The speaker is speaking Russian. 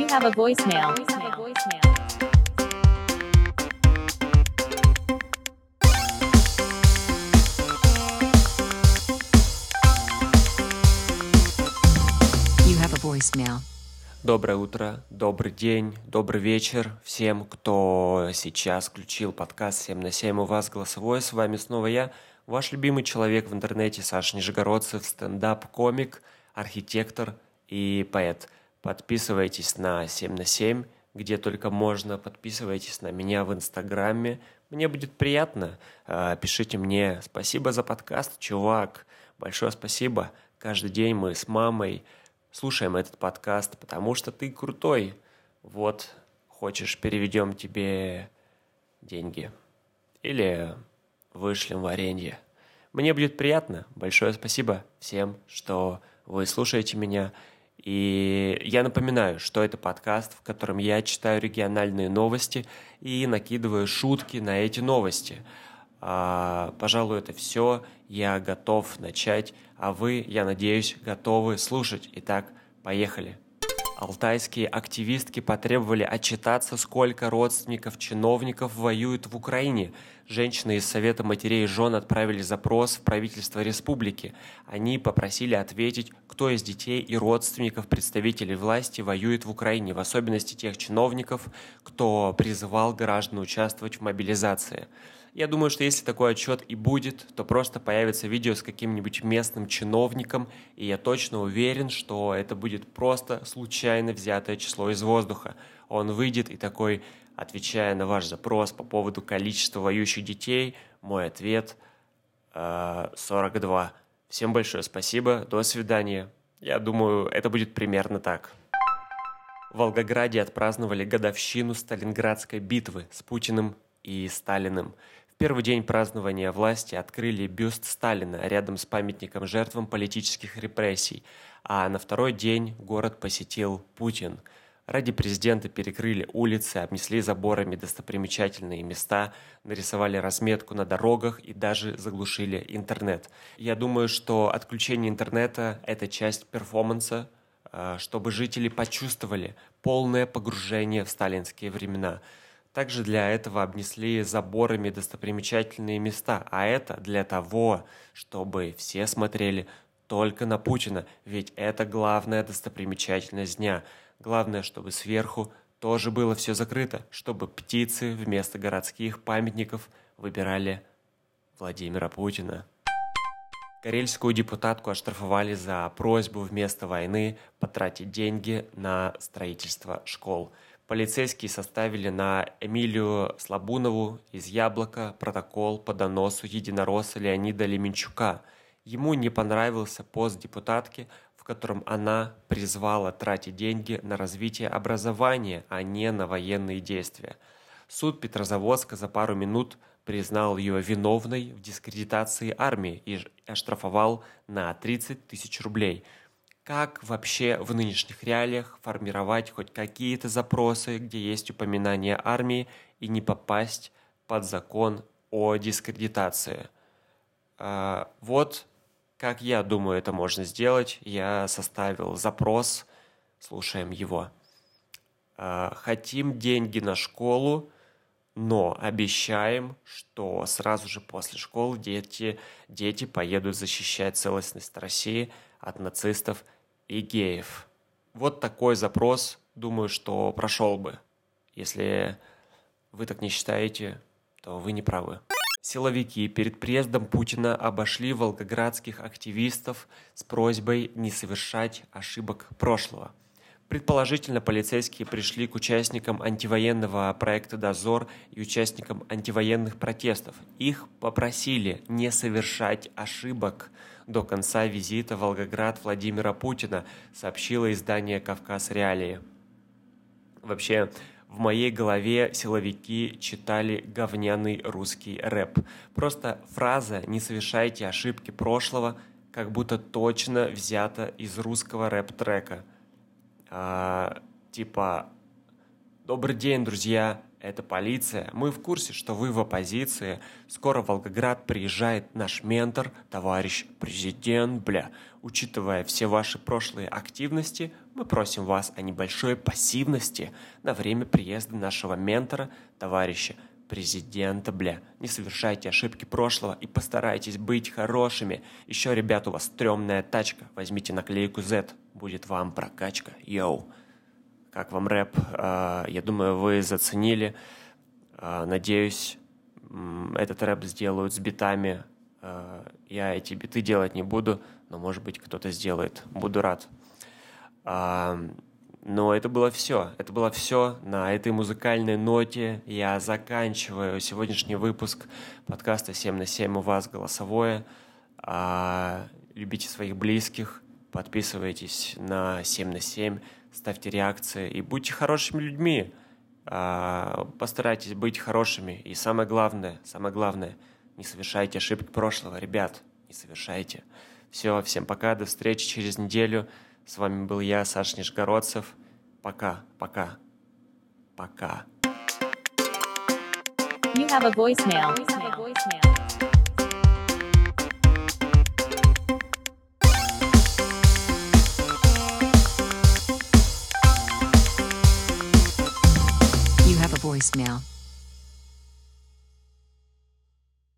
have a voicemail. You have a voicemail. Доброе утро, добрый день, добрый вечер всем, кто сейчас включил подкаст 7 на 7. У вас голосовое, с вами снова я, ваш любимый человек в интернете Саша Нижегородцев, стендап-комик, архитектор и поэт. Подписывайтесь на 7 на 7, где только можно, подписывайтесь на меня в Инстаграме, мне будет приятно. Пишите мне «Спасибо за подкаст, чувак», большое спасибо. Каждый день мы с мамой слушаем этот подкаст, потому что ты крутой. Вот, хочешь, переведем тебе деньги. Или вышлем варенье. Мне будет приятно. Большое спасибо всем, что вы слушаете меня. И я напоминаю, что это подкаст, в котором я читаю региональные новости и накидываю шутки на эти новости. Пожалуй, это все. Я готов начать, а вы, я надеюсь, готовы слушать. Итак, поехали. Алтайские активистки потребовали отчитаться, сколько родственников чиновников воюют в Украине. Женщины из Совета матерей и жен отправили запрос в правительство республики. Они попросили ответить, кто из детей и родственников представителей власти воюет в Украине, в особенности тех чиновников, кто призывал граждан участвовать в мобилизации. Я думаю, что если такой отчет и будет, то просто появится видео с каким-нибудь местным чиновником, и я точно уверен, что это будет просто случайно взятое число из воздуха. Он выйдет и такой, отвечая на ваш запрос по поводу количества воюющих детей, мой ответ 42. Всем большое спасибо, до свидания. Я думаю, это будет примерно так. В Волгограде отпраздновали годовщину Сталинградской битвы с Путиным и Сталиным. В первый день празднования власти открыли бюст Сталина рядом с памятником жертвам политических репрессий, а на второй день город посетил Путин. Ради президента перекрыли улицы, обнесли заборами достопримечательные места, нарисовали разметку на дорогах и даже заглушили интернет. Я думаю, что отключение интернета – это часть перформанса, чтобы жители почувствовали полное погружение в сталинские времена. Также для этого обнесли заборами достопримечательные места, а это для того, чтобы все смотрели только на Путина, ведь это главная достопримечательность дня. Главное, чтобы сверху тоже было все закрыто, чтобы птицы вместо городских памятников выбирали Владимира Путина. Карельскую депутатку оштрафовали за просьбу вместо войны потратить деньги на строительство школ. Полицейские составили на Эмилию Слабунову из «Яблока» протокол по доносу единоросса Леонида Леменчука. Ему не понравился пост депутатки, в котором она призвала тратить деньги на развитие образования, а не на военные действия. Суд Петрозаводска за пару минут признал ее виновной в дискредитации армии и оштрафовал на 30 тысяч рублей. Как вообще в нынешних реалиях формировать хоть какие-то запросы, где есть упоминание армии, и не попасть под закон о дискредитации? Вот как я думаю, это можно сделать. Я составил запрос, слушаем его. Хотим деньги на школу, но обещаем, что сразу же после школы дети поедут защищать целостность России от нацистов и геев. Вот такой запрос, думаю, что прошел бы. Если вы так не считаете, то вы не правы. Силовики перед приездом Путина обошли волгоградских активистов с просьбой не совершать ошибок прошлого. Предположительно, полицейские пришли к участникам антивоенного проекта «Дозор» и участникам антивоенных протестов. Их попросили не совершать ошибок до конца визита в Волгоград Владимира Путина, сообщило издание «Кавказ Реалии». Вообще, в моей голове силовики читали говняный русский рэп. Просто фраза «не совершайте ошибки прошлого» как будто точно взята из русского рэп-трека. Типа «Добрый день, друзья, это полиция. Мы в курсе, что вы в оппозиции. Скоро в Волгоград приезжает наш ментор, товарищ президент, бля. Учитывая все ваши прошлые активности, мы просим вас о небольшой пассивности на время приезда нашего ментора, товарища президента, бля. Не совершайте ошибки прошлого и постарайтесь быть хорошими. Еще, ребят, у вас стрёмная тачка. Возьмите наклейку Z, будет вам прокачка. Йоу. Как вам рэп? Я думаю, вы заценили. Надеюсь, этот рэп сделают с битами. Я эти биты делать не буду, но, может быть, кто-то сделает. Буду рад. Но это было все. Это было все. На этой музыкальной ноте я заканчиваю сегодняшний выпуск подкаста 7 на 7 у вас голосовое. Любите своих близких, подписывайтесь на 7 на 7, ставьте реакции и будьте хорошими людьми. Постарайтесь быть хорошими. И самое главное, не совершайте ошибки прошлого. Ребят, не совершайте. Все, всем пока, до встречи через неделю. С вами был я, Саша Нижегородцев. Пока. You have a voicemail. You have a voicemail.